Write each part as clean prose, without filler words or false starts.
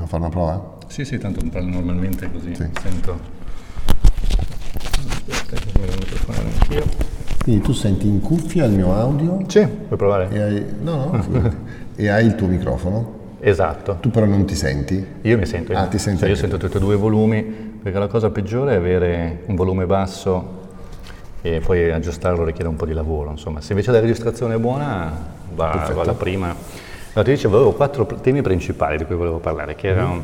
fare una prova? Sì, tanto parlo normalmente così Sì. sento. Aspetta, che mi devo microfonare anch'io. Quindi tu senti in cuffia il mio audio? Sì, puoi provare? E hai, no, figurati. E hai il tuo microfono? Esatto. Tu però non ti senti? Io mi sento. Ah, ti senti Cioè, io anche sento tutti e due i volumi, perché la cosa peggiore è avere un volume basso e poi aggiustarlo richiede un po' di lavoro, insomma. Se invece la registrazione è buona, va la prima. Allora, ti dicevo, avevo 4 temi principali di cui volevo parlare, che erano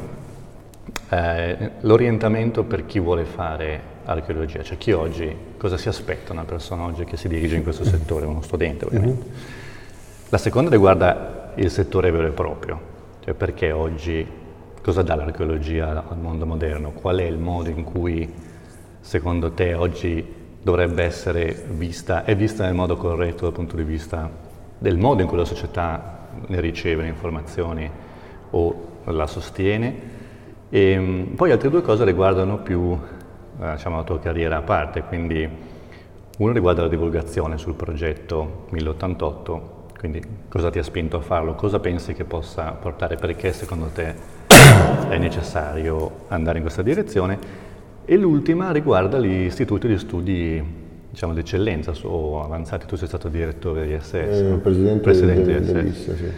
l'orientamento per chi vuole fare archeologia, cioè chi oggi, cosa si aspetta una persona oggi che si dirige in questo settore, uno studente ovviamente. La seconda riguarda il settore vero e proprio, cioè perché oggi, cosa dà l'archeologia al mondo moderno, qual è il modo in cui secondo te oggi dovrebbe essere vista, è vista nel modo corretto dal punto di vista del modo in cui la società ne riceve le informazioni o la sostiene. E poi altre 2 cose riguardano più diciamo, la tua carriera a parte, quindi uno riguarda la divulgazione sul progetto 1088, quindi cosa ti ha spinto a farlo, cosa pensi che possa portare, perché secondo te è necessario andare in questa direzione, e l'ultima riguarda gli istituti di studi diciamo di eccellenza o avanzati. Tu sei stato direttore di SS, presidente di SS, sì.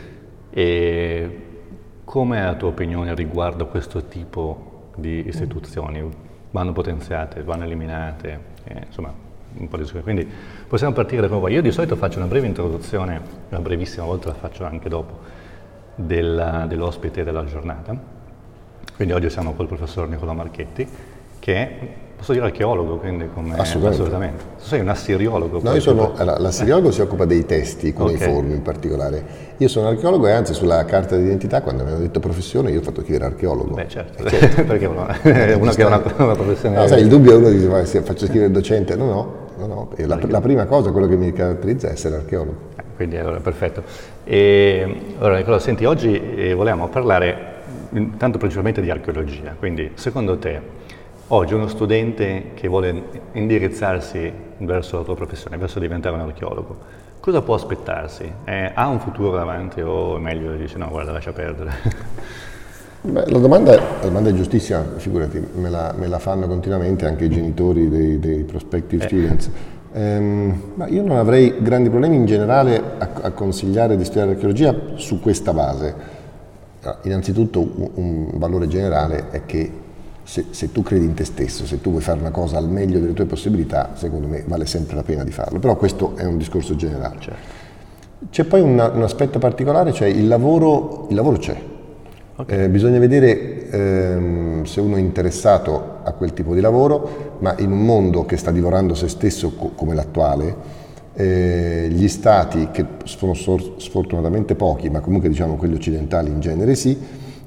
E com'è la tua opinione riguardo a questo tipo di istituzioni? Vanno potenziate, vanno eliminate, insomma un po' di discussione. Quindi possiamo partire da come. Io di solito faccio una breve introduzione, una brevissima, a volte la faccio anche dopo, dell'ospite della giornata. Quindi oggi siamo col professor Nicola Marchetti, che è, posso dire, archeologo, quindi come assolutamente. Tu sei un assiriologo. No, io sono, l'assiriologo si occupa dei testi cuneiformi in particolare. Io sono archeologo e anzi sulla carta d'identità, quando mi hanno detto professione, io ho fatto che era archeologo. Beh, certo. Perché è uno che ha una professione. No, sai, il dubbio è uno che dice faccio scrivere docente. No. La prima cosa, quello che mi caratterizza è essere archeologo. Quindi allora, perfetto. Allora Nicola, senti, oggi volevamo parlare intanto principalmente di archeologia, quindi secondo te oggi uno studente che vuole indirizzarsi verso la tua professione, verso diventare un archeologo, cosa può aspettarsi? Ha un futuro davanti o è meglio dice no, guarda, lascia perdere? Beh, la domanda è giustissima, figurati, me la fanno continuamente anche i genitori dei prospective students. Ma io non avrei grandi problemi in generale a consigliare di studiare archeologia su questa base. Innanzitutto un valore generale è che se tu credi in te stesso, se tu vuoi fare una cosa al meglio delle tue possibilità, secondo me vale sempre la pena di farlo, però questo è un discorso generale. Certo. C'è poi un aspetto particolare, cioè il lavoro c'è. Okay. Bisogna vedere se uno è interessato a quel tipo di lavoro, ma in un mondo che sta divorando se stesso come l'attuale, gli stati, che sono sfortunatamente pochi, ma comunque diciamo quelli occidentali in genere sì,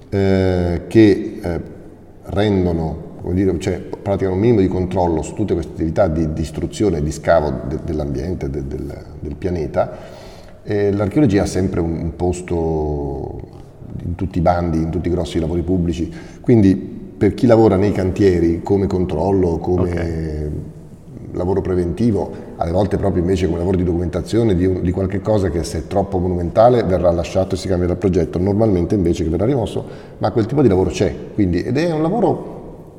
che rendono, come dire, cioè praticano un minimo di controllo su tutte queste attività di distruzione e di scavo dell'ambiente, del pianeta, l'archeologia ha sempre un posto in tutti i bandi, in tutti i grossi lavori pubblici, quindi per chi lavora nei cantieri come controllo, come lavoro preventivo, alle volte proprio invece come lavoro di documentazione di qualche cosa che se è troppo monumentale verrà lasciato e si cambia dal progetto, normalmente invece che verrà rimosso, ma quel tipo di lavoro c'è, quindi, ed è un lavoro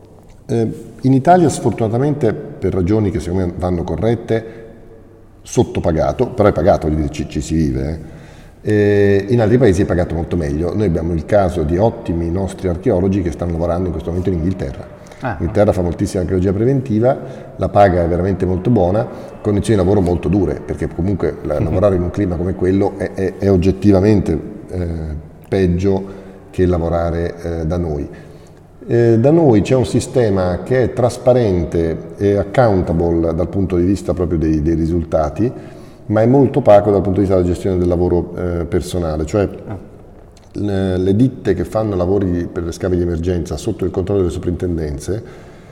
in Italia sfortunatamente per ragioni che secondo me vanno corrette, sottopagato, però è pagato, ci si vive. In altri paesi è pagato molto meglio. Noi abbiamo il caso di ottimi nostri archeologi che stanno lavorando in questo momento in Inghilterra. L'Inghilterra fa moltissima archeologia preventiva, la paga è veramente molto buona, condizioni di lavoro molto dure, perché comunque lavorare in un clima come quello è oggettivamente peggio che lavorare da noi. Da noi c'è un sistema che è trasparente e accountable dal punto di vista proprio dei risultati, ma è molto opaco dal punto di vista della gestione del lavoro personale, cioè le ditte che fanno lavori per le scavi di emergenza sotto il controllo delle soprintendenze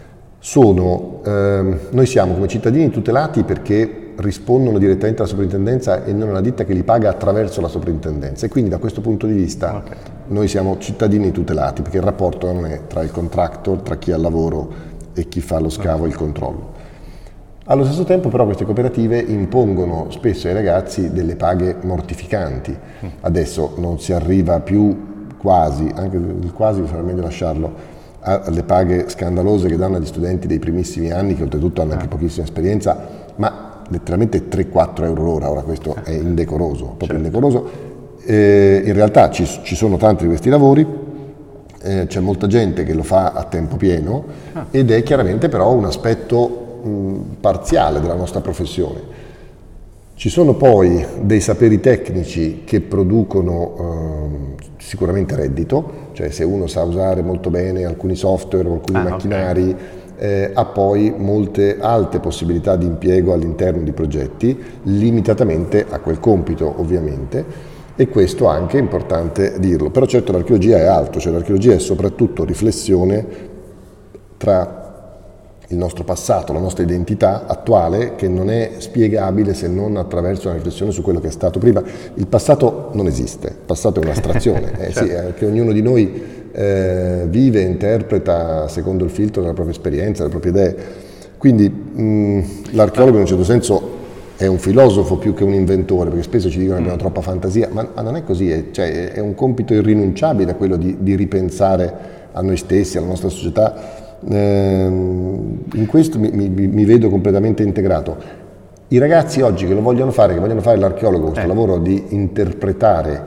noi siamo come cittadini tutelati perché rispondono direttamente alla soprintendenza e non alla ditta che li paga attraverso la soprintendenza, e quindi da questo punto di vista noi siamo cittadini tutelati perché il rapporto non è tra il contractor, tra chi ha il lavoro e chi fa lo scavo e il controllo. Allo stesso tempo però queste cooperative impongono spesso ai ragazzi delle paghe mortificanti. Adesso non si arriva più quasi, anche il quasi sarà meglio lasciarlo, alle paghe scandalose che danno agli studenti dei primissimi anni, che oltretutto hanno anche pochissima esperienza, ma letteralmente 3-4 euro l'ora. Ora questo è indecoroso, proprio indecoroso. In realtà ci sono tanti di questi lavori, c'è molta gente che lo fa a tempo pieno ed è chiaramente però un aspetto parziale della nostra professione. Ci sono poi dei saperi tecnici che producono sicuramente reddito, cioè se uno sa usare molto bene alcuni software o alcuni macchinari, ha poi molte alte possibilità di impiego all'interno di progetti, limitatamente a quel compito ovviamente, e questo anche è importante dirlo. Però certo l'archeologia è altro, cioè l'archeologia è soprattutto riflessione tra il nostro passato, la nostra identità attuale, che non è spiegabile se non attraverso una riflessione su quello che è stato prima. Il passato non esiste, il passato è un'astrazione, certo. Sì, che ognuno di noi vive e interpreta secondo il filtro della propria esperienza, delle proprie idee. Quindi l'archeologo in un certo senso è un filosofo più che un inventore, perché spesso ci dicono che abbiamo troppa fantasia, ma non è così, è un compito irrinunciabile quello di ripensare a noi stessi, alla nostra società. In questo mi vedo completamente integrato. I ragazzi oggi che vogliono fare l'archeologo, questo lavoro di interpretare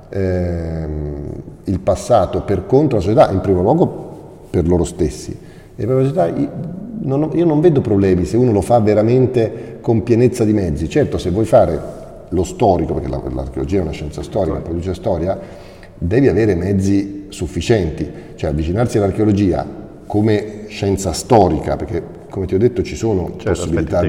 il passato per contro la società, in primo luogo per loro stessi, e per la società io non vedo problemi se uno lo fa veramente con pienezza di mezzi. Certo, se vuoi fare lo storico, perché l'archeologia è una scienza storica, produce storia, devi avere mezzi sufficienti, cioè avvicinarsi all'archeologia come scienza storica, perché come ti ho detto ci sono possibilità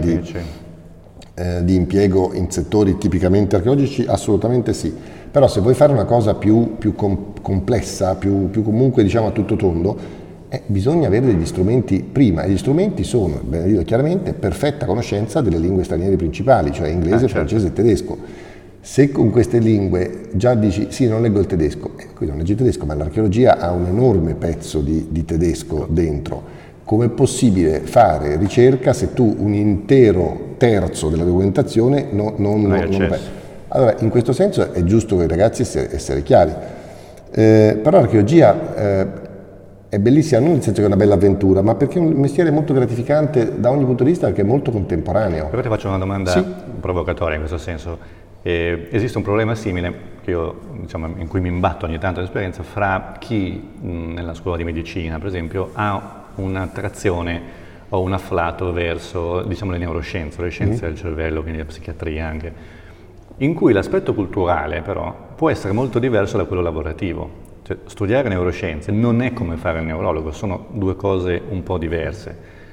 di impiego in settori tipicamente archeologici, assolutamente sì, però se vuoi fare una cosa più complessa, più comunque diciamo a tutto tondo, bisogna avere degli strumenti prima, e gli strumenti sono, bene dire chiaramente, perfetta conoscenza delle lingue straniere principali, cioè inglese, francese e tedesco. Se con queste lingue già dici sì, non leggo il tedesco, qui non leggi il tedesco, ma l'archeologia ha un enorme pezzo di tedesco dentro. Com'è possibile fare ricerca se tu un intero terzo della documentazione non allora, in questo senso è giusto con i ragazzi essere chiari. Però l'archeologia è bellissima, non nel senso che è una bella avventura, ma perché è un mestiere molto gratificante da ogni punto di vista, perché è molto contemporaneo. Però ti faccio una domanda provocatoria in questo senso. Esiste un problema simile che io, in cui mi imbatto ogni tanto l'esperienza, fra chi nella scuola di medicina, per esempio, ha un'attrazione o un afflato verso, le neuroscienze, le scienze del cervello, quindi la psichiatria anche, in cui l'aspetto culturale però può essere molto diverso da quello lavorativo. Cioè, studiare neuroscienze non è come fare il neurologo, sono due cose un po' diverse.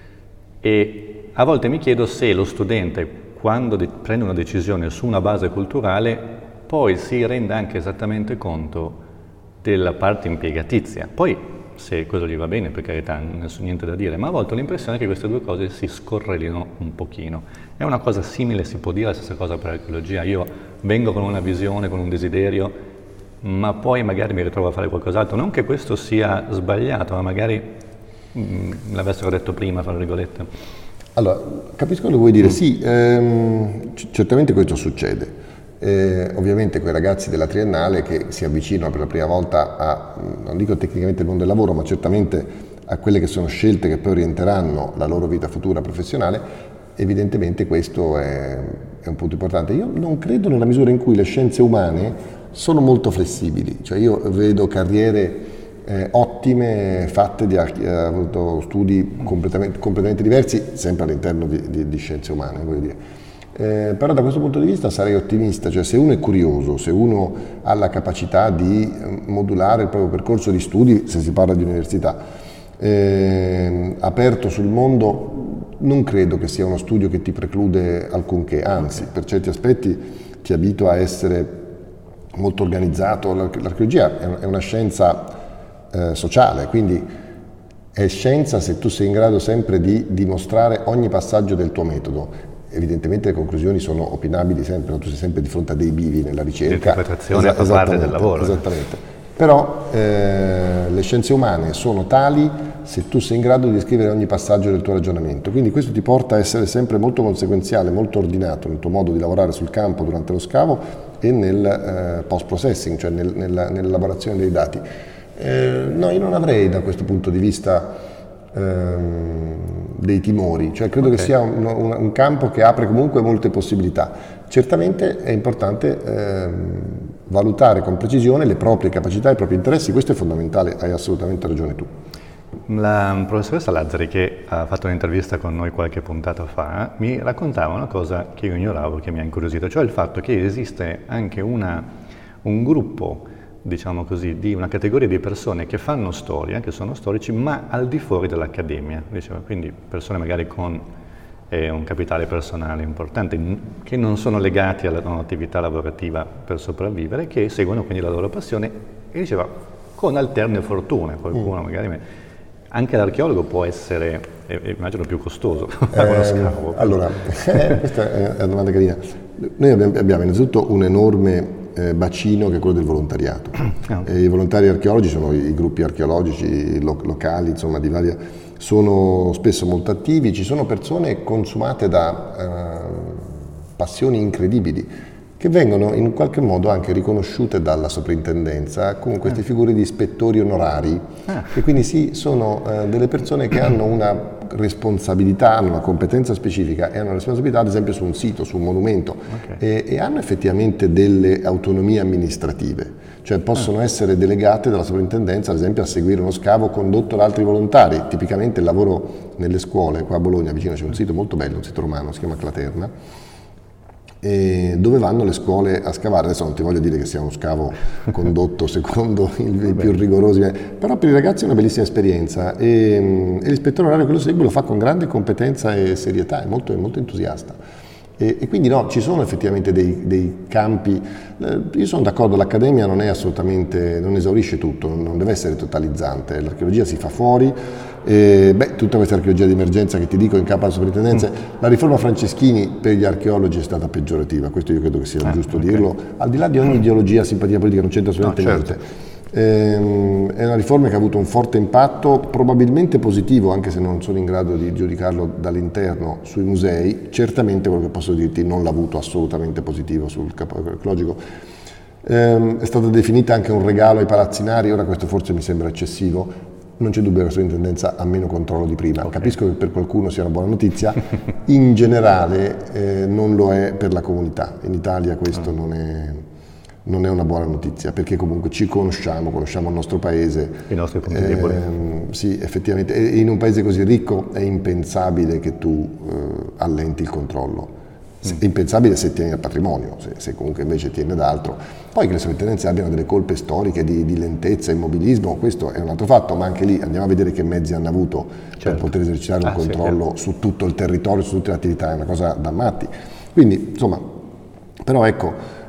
E a volte mi chiedo se lo studente, quando prende una decisione su una base culturale, poi si renda anche esattamente conto della parte impiegatizia. Poi, se quello gli va bene, per carità, niente da dire, ma a volte ho l'impressione che queste due cose si scorrelino un pochino. È una cosa simile, si può dire la stessa cosa per l'archeologia. Io vengo con una visione, con un desiderio, ma poi magari mi ritrovo a fare qualcos'altro. Non che questo sia sbagliato, ma magari l'avessero detto prima, fra virgolette. Allora, capisco quello che vuoi dire. Sì, certamente questo succede. Ovviamente quei ragazzi della triennale che si avvicinano per la prima volta a, non dico tecnicamente il mondo del lavoro, ma certamente a quelle che sono scelte che poi orienteranno la loro vita futura professionale, evidentemente questo è un punto importante. Io non credo nella misura in cui le scienze umane sono molto flessibili, cioè io vedo carriere ottime, fatte di avuto studi completamente diversi, sempre all'interno di scienze umane, voglio dire. Però da questo punto di vista sarei ottimista, cioè se uno è curioso, se uno ha la capacità di modulare il proprio percorso di studi, se si parla di università, aperto sul mondo, non credo che sia uno studio che ti preclude alcunché, anzi per certi aspetti ti abitua a essere molto organizzato. L'archeologia è una scienza sociale, quindi è scienza se tu sei in grado sempre di dimostrare ogni passaggio del tuo metodo. Evidentemente le conclusioni sono opinabili sempre, tu sei sempre di fronte a dei bivi nella ricerca. L'interpretazione fa parte del lavoro. Esattamente. Però le scienze umane sono tali se tu sei in grado di descrivere ogni passaggio del tuo ragionamento. Quindi questo ti porta a essere sempre molto conseguenziale, molto ordinato nel tuo modo di lavorare sul campo durante lo scavo e nel post-processing, cioè nell'elaborazione dei dati. No, io non avrei da questo punto di vista dei timori, cioè credo che sia un campo che apre comunque molte possibilità. Certamente è importante valutare con precisione le proprie capacità e i propri interessi, questo è fondamentale, hai assolutamente ragione tu. La professoressa Lazzari, che ha fatto un'intervista con noi qualche puntata fa, mi raccontava una cosa che io ignoravo, che mi ha incuriosito, cioè il fatto che esiste anche un gruppo, diciamo così, di una categoria di persone che fanno storia, che sono storici, ma al di fuori dell'accademia, diceva, quindi persone magari con un capitale personale importante, che non sono legati alla loro attività lavorativa per sopravvivere, che seguono quindi la loro passione, e diceva, con alterne fortune, qualcuno magari... Anche l'archeologo può essere, immagino, più costoso fare uno scavo. Allora, questa è una domanda carina. Noi abbiamo innanzitutto un enorme bacino che è quello del volontariato. I volontari archeologi sono i gruppi archeologici locali, insomma, di varia... sono spesso molto attivi, ci sono persone consumate da passioni incredibili, che vengono in qualche modo anche riconosciute dalla soprintendenza con queste figure di ispettori onorari, che quindi sono delle persone che hanno una responsabilità, hanno una competenza specifica e hanno una responsabilità ad esempio su un sito, su un monumento, e hanno effettivamente delle autonomie amministrative, cioè possono essere delegate dalla soprintendenza ad esempio a seguire uno scavo condotto da altri volontari. Tipicamente il lavoro nelle scuole, qua a Bologna vicino c'è un sito molto bello, un sito romano, si chiama Claterna, dove vanno le scuole a scavare. Adesso non ti voglio dire che sia uno scavo condotto secondo i più rigorosi, però per i ragazzi è una bellissima esperienza e l'ispettore onorario che lo segue lo fa con grande competenza e serietà, è molto entusiasta. E quindi no, ci sono effettivamente dei campi. Io sono d'accordo, l'accademia non è assolutamente, non esaurisce tutto, non deve essere totalizzante, l'archeologia si fa fuori. Tutta questa archeologia di emergenza che ti dico in capo alla soprintendenza, la riforma Franceschini per gli archeologi è stata peggiorativa, questo io credo che sia giusto dirlo, al di là di ogni ideologia, simpatia politica, non c'entra assolutamente niente. È una riforma che ha avuto un forte impatto, probabilmente positivo, anche se non sono in grado di giudicarlo dall'interno, sui musei. Certamente quello che posso dirti non l'ha avuto assolutamente positivo sul campo archeologico. È stata definita anche un regalo ai palazzinari, ora questo forse mi sembra eccessivo. Non c'è dubbio che la soprintendenza ha meno controllo di prima. Capisco che per qualcuno sia una buona notizia, in generale non lo è per la comunità. In Italia questo non è una buona notizia, perché comunque ci conosciamo il nostro paese. I nostri punti deboli. Sì, effettivamente. E in un paese così ricco è impensabile che tu allenti il controllo. È impensabile se tieni al patrimonio, se comunque invece tieni ad altro. Poi che le sovrintendenze abbiano delle colpe storiche di lentezza, immobilismo, questo è un altro fatto, ma anche lì andiamo a vedere che mezzi hanno avuto per poter esercitare un controllo su tutto il territorio, su tutte le attività, è una cosa da matti. Quindi, insomma, però ecco,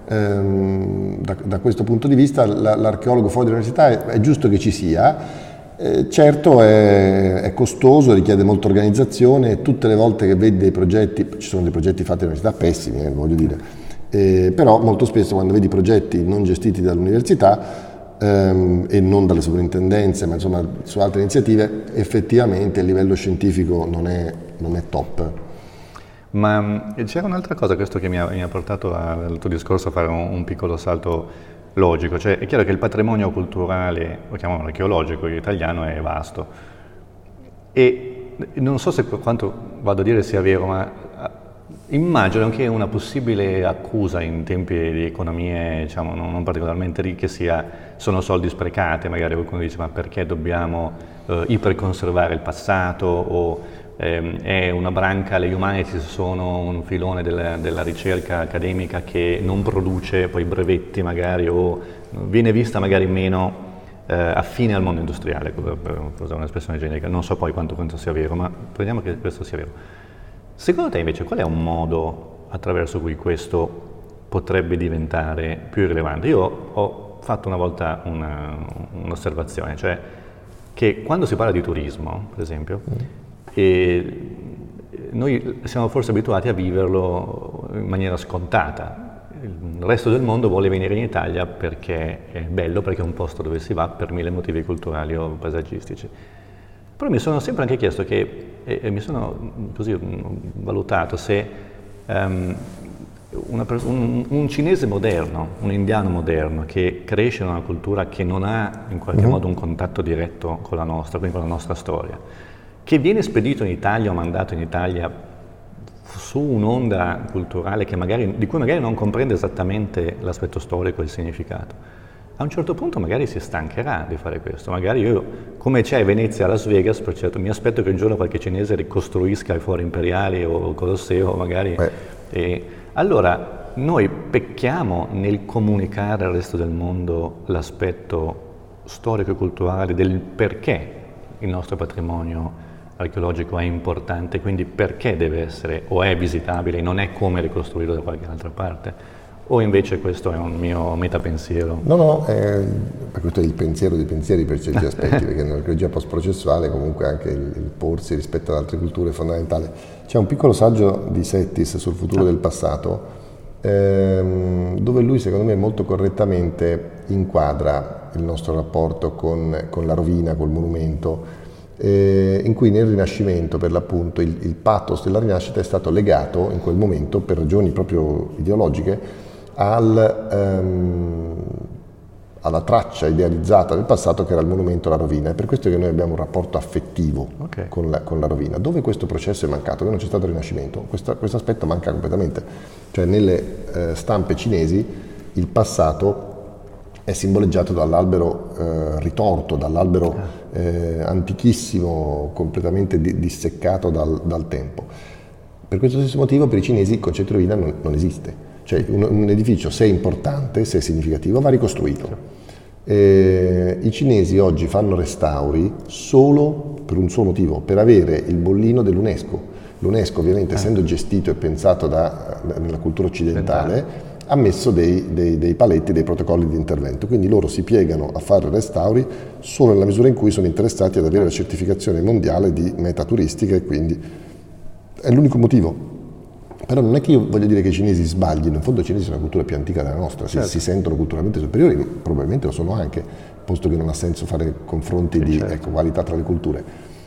da questo punto di vista l'archeologo fuori dall'università è giusto che ci sia. Certo è costoso, richiede molta organizzazione e tutte le volte che vedi dei progetti, ci sono dei progetti fatti all'università pessimi, voglio dire, però molto spesso quando vedi progetti non gestiti dall'università e non dalle soprintendenze, ma insomma su altre iniziative, effettivamente il livello scientifico non è top. Ma c'era un'altra cosa, questo che mi ha portato al tuo discorso a fare un piccolo salto logico, cioè è chiaro che il patrimonio culturale, lo chiamiamo archeologico, italiano è vasto e non so se quanto vado a dire sia vero, ma immagino che una possibile accusa in tempi di economie, diciamo, non particolarmente ricche sono soldi sprecati. Magari qualcuno dice ma perché dobbiamo iperconservare il passato, o è una branca, le humanities sono un filone della ricerca accademica che non produce poi brevetti magari, o viene vista magari meno affine al mondo industriale, per usare un'espressione generica. Non so poi quanto sia vero, ma prendiamo che questo sia vero. Secondo te invece qual è un modo attraverso cui questo potrebbe diventare più rilevante? Io ho fatto una volta un'osservazione, cioè che quando si parla di turismo, per esempio, e noi siamo forse abituati a viverlo in maniera scontata. Il resto del mondo vuole venire in Italia perché è bello, perché è un posto dove si va per mille motivi culturali o paesaggistici. Però mi sono sempre anche chiesto mi sono così valutato se un cinese moderno, un indiano moderno che cresce in una cultura che non ha in qualche modo un contatto diretto con la nostra, quindi con la nostra storia, che viene spedito in Italia o mandato in Italia su un'onda culturale di cui magari non comprende esattamente l'aspetto storico e il significato, a un certo punto magari si stancherà di fare questo. Magari io, come c'è Venezia a Las Vegas, per certo, mi aspetto che un giorno qualche cinese ricostruisca i fori imperiali o il Colosseo, magari. Allora, noi pecchiamo nel comunicare al resto del mondo l'aspetto storico e culturale del perché il nostro patrimonio archeologico è importante, quindi perché deve essere o è visitabile e non è come ricostruirlo da qualche altra parte, o invece questo è un mio metapensiero? No, questo è il pensiero dei pensieri per certi aspetti, perché nell'archeologia post-processuale comunque anche il porsi rispetto ad altre culture è fondamentale. C'è un piccolo saggio di Settis sul futuro del passato, dove lui secondo me molto correttamente inquadra il nostro rapporto con la rovina, col monumento, in cui nel Rinascimento, per l'appunto, il pathos della rinascita è stato legato in quel momento, per ragioni proprio ideologiche, alla traccia idealizzata del passato che era il monumento alla rovina. È per questo che noi abbiamo un rapporto affettivo con la rovina. Dove questo processo è mancato, dove non c'è stato il Rinascimento, questo aspetto manca completamente. Cioè nelle stampe cinesi il passato è simboleggiato dall'albero ritorto, dall'albero antichissimo, completamente disseccato dal tempo. Per questo stesso motivo per i cinesi il concetto di rovina non esiste. Cioè un edificio, se è importante, se è significativo, va ricostruito. I cinesi oggi fanno restauri solo per un solo motivo, per avere il bollino dell'UNESCO. L'UNESCO ovviamente essendo gestito e pensato nella cultura occidentale ha messo dei paletti, dei protocolli di intervento, quindi loro si piegano a fare restauri solo nella misura in cui sono interessati ad avere la certificazione mondiale di meta turistica, e quindi è l'unico motivo. Però non è che io voglio dire che i cinesi sbaglino, in fondo i cinesi sono una cultura più antica della nostra, si sentono culturalmente superiori, probabilmente lo sono anche, posto che non ha senso fare confronti di qualità tra le culture.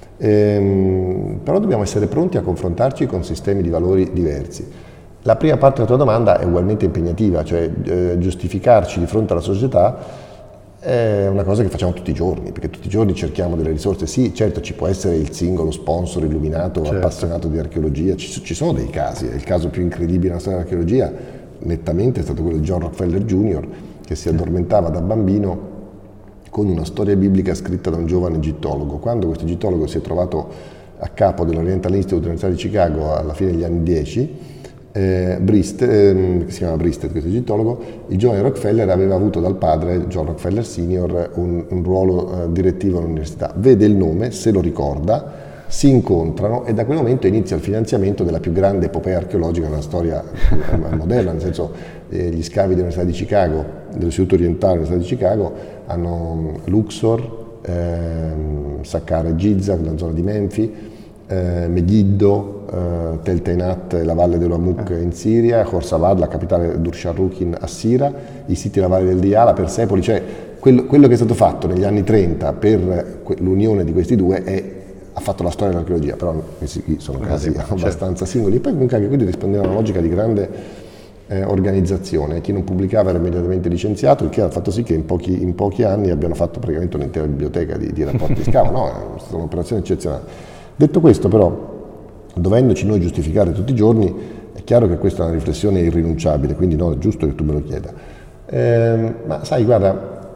Però dobbiamo essere pronti a confrontarci con sistemi di valori diversi. La prima parte della tua domanda è ugualmente impegnativa, cioè giustificarci di fronte alla società è una cosa che facciamo tutti i giorni, perché tutti i giorni cerchiamo delle risorse. Sì, certo, ci può essere il singolo sponsor illuminato, appassionato di archeologia, ci sono dei casi. Il caso più incredibile nella storia dell'archeologia nettamente è stato quello di John Rockefeller Jr., che si addormentava da bambino con una storia biblica scritta da un giovane egittologo. Quando questo egittologo si è trovato a capo dell'Oriental Institute dell'Università di Chicago alla fine degli anni 10, che si chiama Bristed, questo egittologo, il giovane Rockefeller aveva avuto dal padre, John Rockefeller Sr., un ruolo direttivo all'università. Vede il nome, se lo ricorda, si incontrano e da quel momento inizia il finanziamento della più grande epopea archeologica nella storia moderna, nel senso gli scavi dell'Università di Chicago, dell'Istituto Orientale dell'Università di Chicago, hanno Luxor, Saqqara e Giza, nella zona di Menfi, Megiddo, Tel Teinat e la valle dell'Amuk in Siria, Khorsabad, la capitale d'Ursharruq a Sira, i siti della valle del Diyala, Persepoli, cioè quello che è stato fatto negli anni 30 per l'unione di questi due ha fatto la storia dell'archeologia, però questi sono casi abbastanza singoli. E poi comunque anche quelli rispondevano a una logica di grande organizzazione. Chi non pubblicava era immediatamente licenziato, il che ha fatto sì che in pochi anni abbiano fatto praticamente un'intera biblioteca di rapporti di scavo. No, è stata un'operazione eccezionale. Detto questo, però, dovendoci noi giustificare tutti i giorni, è chiaro che questa è una riflessione irrinunciabile, quindi no, è giusto che tu me lo chieda. Ma sai, guarda,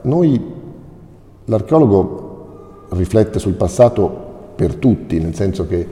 l'archeologo riflette sul passato per tutti, nel senso che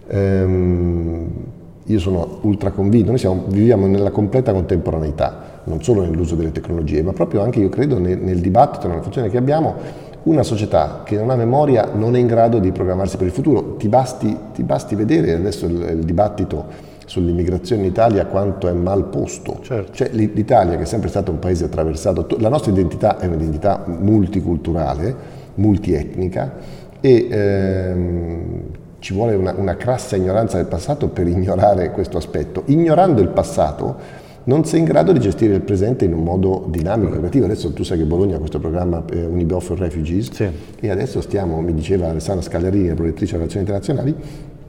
io sono ultra convinto, noi viviamo nella completa contemporaneità, non solo nell'uso delle tecnologie, ma proprio anche, io credo, nel dibattito, nella funzione che abbiamo. Una società che non ha memoria non è in grado di programmarsi per il futuro. Ti basti vedere adesso il dibattito sull'immigrazione in Italia quanto è mal posto. Certo. Cioè, l'Italia, che è sempre stato un paese attraversato, la nostra identità è un'identità multiculturale, multietnica, e ci vuole una crassa ignoranza del passato per ignorare questo aspetto. Ignorando il passato non sei in grado di gestire il presente in un modo dinamico e creativo. Adesso tu sai che Bologna ha questo programma Unibo for Refugees, e adesso mi diceva Alessandra Scagliarini, la prorettrice delle relazioni internazionali,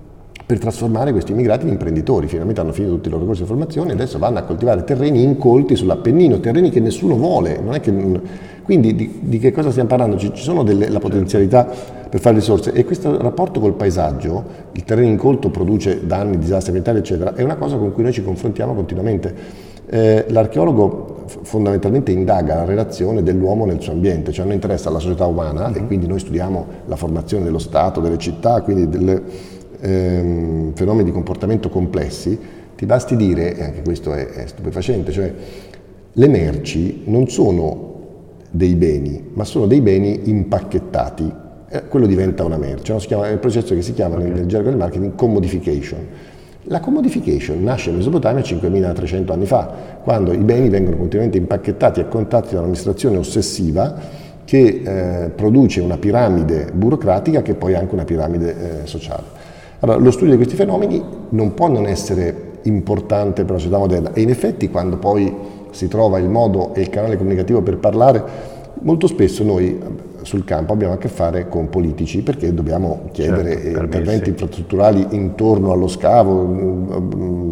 per trasformare questi immigrati in imprenditori. Finalmente hanno finito tutti i loro corsi di formazione e adesso vanno a coltivare terreni incolti sull'Appennino, terreni che nessuno vuole. Non è che, quindi di che cosa stiamo parlando? Ci sono la potenzialità per fare risorse, e questo rapporto col paesaggio, il terreno incolto produce danni, disastri ambientali eccetera, è una cosa con cui noi ci confrontiamo continuamente. L'archeologo fondamentalmente indaga la relazione dell'uomo nel suo ambiente, cioè a noi interessa la società umana e quindi noi studiamo la formazione dello Stato, delle città, quindi delle fenomeni di comportamento complessi. Ti basti dire, e anche questo è stupefacente, cioè le merci non sono dei beni, ma sono dei beni impacchettati. Quello diventa una merce, no? È un processo che si chiama nel gergo del marketing commodification. La commodification nasce in Mesopotamia 5300 anni fa, quando i beni vengono continuamente impacchettati e contatti da un'amministrazione ossessiva che produce una piramide burocratica che poi è anche una piramide sociale. Allora, lo studio di questi fenomeni non può non essere importante per la società moderna, e in effetti quando poi si trova il modo e il canale comunicativo per parlare, molto spesso noi sul campo abbiamo a che fare con politici, perché dobbiamo chiedere interventi infrastrutturali intorno allo scavo,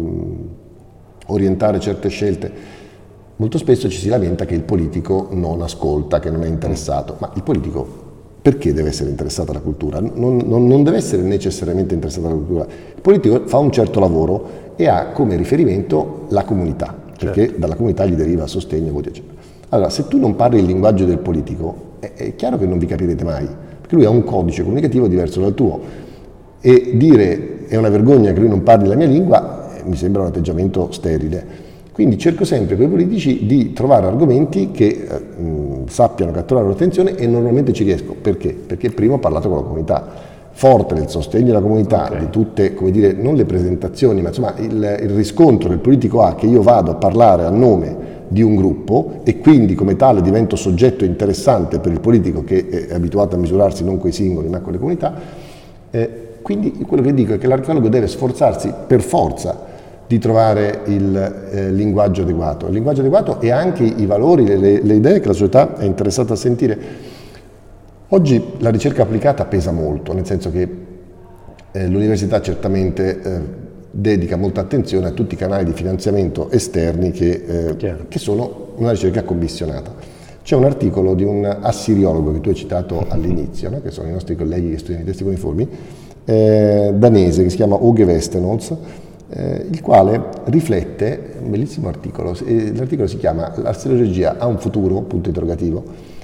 orientare certe scelte. Molto spesso ci si lamenta che il politico non ascolta, che non è interessato, ma il politico perché deve essere interessato alla cultura? Non deve essere necessariamente interessato alla cultura. Il politico fa un certo lavoro e ha come riferimento la comunità, perché dalla comunità gli deriva sostegno, voti eccetera. Allora, se tu non parli il linguaggio del politico, è chiaro che non vi capirete mai, perché lui ha un codice comunicativo diverso dal tuo, e dire è una vergogna che lui non parli la mia lingua mi sembra un atteggiamento sterile. Quindi cerco sempre con i politici di trovare argomenti che sappiano catturare l'attenzione, e normalmente ci riesco. Perché? Perché prima ho parlato con la comunità, forte del sostegno della comunità, di tutte, come dire, non le presentazioni, ma insomma il riscontro che il politico ha, che io vado a parlare a nome di un gruppo e quindi come tale divento soggetto interessante per il politico che è abituato a misurarsi non coi singoli ma con le comunità. Quindi quello che dico è che l'archeologo deve sforzarsi per forza di trovare il linguaggio adeguato. Il linguaggio adeguato e anche i valori, le idee che la società è interessata a sentire. Oggi la ricerca applicata pesa molto, nel senso che l'università certamente dedica molta attenzione a tutti i canali di finanziamento esterni che sono una ricerca commissionata. C'è un articolo di un assiriologo che tu hai citato all'inizio, no? Che sono i nostri colleghi che studiano i testi cuneiformi, danese, che si chiama Åge Westerholz, il quale riflette, un bellissimo articolo, l'articolo si chiama "L'assiriologia ha un futuro?" punto interrogativo.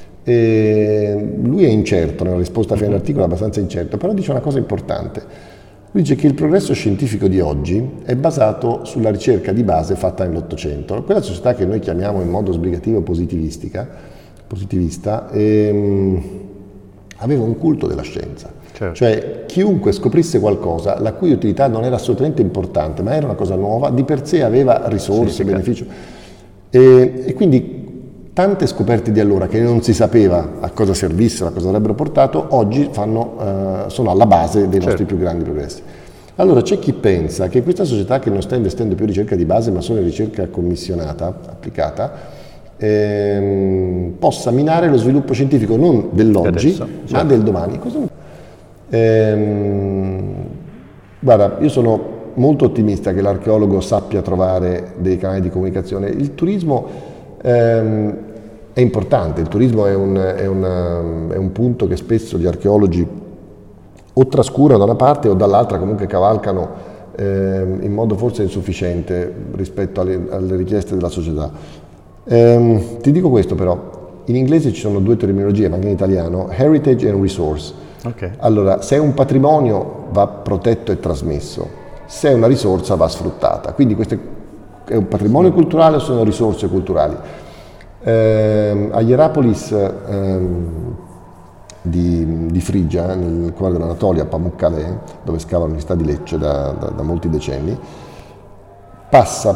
Lui è incerto, nella risposta fine dell'articolo è abbastanza incerto, però dice una cosa importante. Lui dice che il progresso scientifico di oggi è basato sulla ricerca di base fatta nell'Ottocento. Quella società che noi chiamiamo in modo sbrigativo positivista, aveva un culto della scienza. Certo. Cioè chiunque scoprisse qualcosa la cui utilità non era assolutamente importante, ma era una cosa nuova, di per sé aveva risorse, beneficio. E quindi tante scoperte di allora che non si sapeva a cosa servissero, a cosa avrebbero portato, oggi sono alla base dei nostri più grandi progressi. Allora c'è chi pensa che questa società che non sta investendo più in ricerca di base ma solo in ricerca commissionata, applicata, possa minare lo sviluppo scientifico non dell'oggi ma del domani. Guarda, io sono molto ottimista che l'archeologo sappia trovare dei canali di comunicazione. Il turismo è importante, il turismo è un punto che spesso gli archeologi o trascurano da una parte o dall'altra, comunque cavalcano in modo forse insufficiente rispetto alle richieste della società. Ti dico questo però, in inglese ci sono due terminologie, ma anche in italiano, heritage and resource. Okay. Allora, se è un patrimonio va protetto e trasmesso, se è una risorsa va sfruttata, quindi questo è un patrimonio culturale o sono risorse culturali? A Hierapolis di Frigia, nel cuore dell'Anatolia, a Pamukkale, dove scava l'Università di Lecce da molti decenni, passa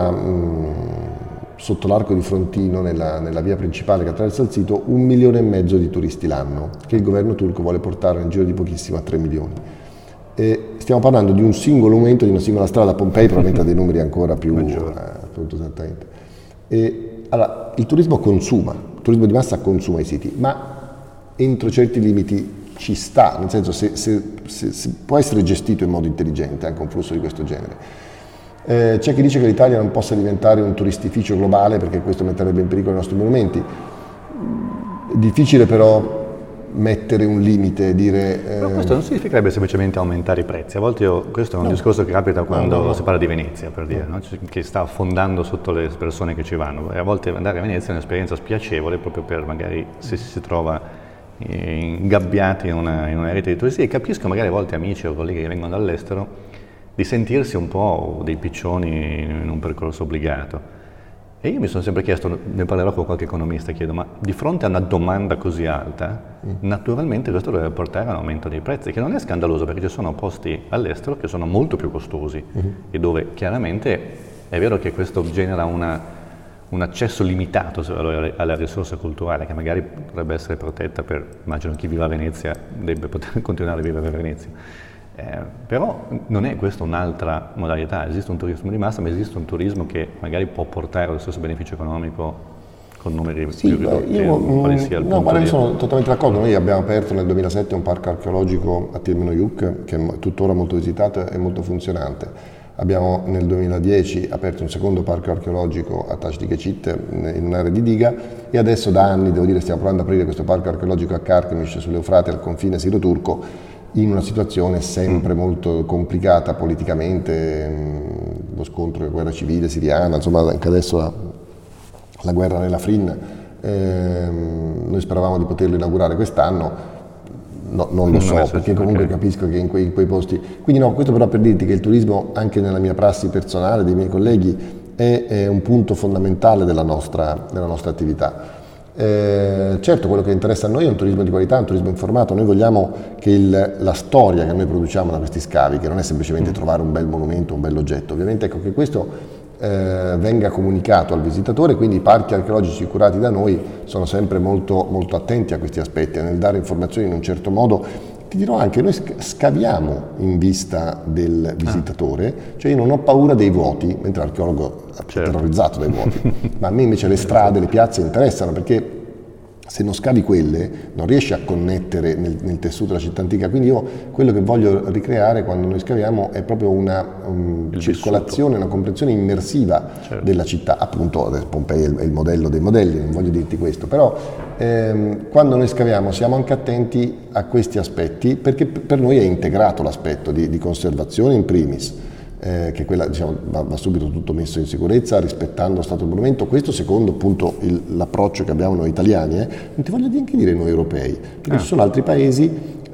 sotto l'arco di Frontino, nella via principale che attraversa il sito, 1,5 milioni di turisti l'anno, che il governo turco vuole portare nel giro di pochissimo a 3 milioni. E stiamo parlando di un singolo momento, di una singola strada. Pompei probabilmente ha dei numeri ancora più appunto, esattamente. Allora, il turismo di massa consuma i siti, ma entro certi limiti ci sta, nel senso se può essere gestito in modo intelligente anche un flusso di questo genere. C'è chi dice che l'Italia non possa diventare un turistificio globale perché questo metterebbe in pericolo i nostri monumenti. È difficile però mettere un limite, dire... Però questo non significherebbe semplicemente aumentare i prezzi. A volte questo è un discorso che capita quando si parla di Venezia, per dire, no? Che sta affondando sotto le persone che ci vanno. E a volte andare a Venezia è un'esperienza spiacevole proprio per magari se si trova ingabbiati in una rete di turisti. E capisco magari a volte amici o colleghi che vengono dall'estero di sentirsi un po' dei piccioni in un percorso obbligato. E io mi sono sempre chiesto, ne parlerò con qualche economista, chiedo, ma di fronte a una domanda così alta, naturalmente questo dovrebbe portare a un aumento dei prezzi, che non è scandaloso perché ci sono posti all'estero che sono molto più costosi e dove chiaramente è vero che questo genera un accesso limitato alla risorsa culturale che magari dovrebbe essere protetta per, immagino, chi vive a Venezia debba poter continuare a vivere a Venezia. Però non è questa un'altra modalità, esiste un turismo di massa, ma esiste un turismo che magari può portare lo stesso beneficio economico con numeri più ridotti. Io sono totalmente d'accordo, noi abbiamo aperto nel 2007 un parco archeologico a Tirmino Iuc che è tuttora molto visitato e molto funzionante. Abbiamo nel 2010 aperto un secondo parco archeologico a Taş Tikecit in un'area di diga e adesso da anni, devo dire, stiamo provando ad aprire questo parco archeologico a Carchemish sull'Eufrate al confine siro-turco in una situazione sempre molto complicata politicamente, lo scontro, la guerra civile siriana, insomma anche adesso la guerra nell'Afrin. Noi speravamo di poterlo inaugurare quest'anno, non lo so, perché comunque capisco che in quei posti... Quindi no, questo però per dirti che il turismo, anche nella mia prassi personale, dei miei colleghi, è un punto fondamentale della nostra attività. Certo, quello che interessa a noi è un turismo di qualità, un turismo informato. Noi vogliamo che la storia che noi produciamo da questi scavi, che non è semplicemente trovare un bel monumento, un bell'oggetto, ovviamente ecco che questo venga comunicato al visitatore, quindi i parchi archeologici curati da noi sono sempre molto, molto attenti a questi aspetti, nel dare informazioni in un certo modo. Ti dirò anche, noi scaviamo in vista del visitatore, cioè io non ho paura dei vuoti, mentre l'archeologo è terrorizzato dai vuoti, ma a me invece le strade, le piazze interessano, perché se non scavi quelle non riesci a connettere nel tessuto della città antica. Quindi io quello che voglio ricreare quando noi scaviamo è proprio una circolazione, una comprensione immersiva della città. Appunto Pompei è il modello dei modelli, non voglio dirti questo, però quando noi scaviamo siamo anche attenti a questi aspetti, perché per noi è integrato l'aspetto di conservazione in primis, che quella, diciamo, va subito tutto messo in sicurezza rispettando lo stato del monumento. Questo secondo appunto l'approccio che abbiamo noi italiani, non ti voglio neanche dire noi europei, perché ci sono altri paesi.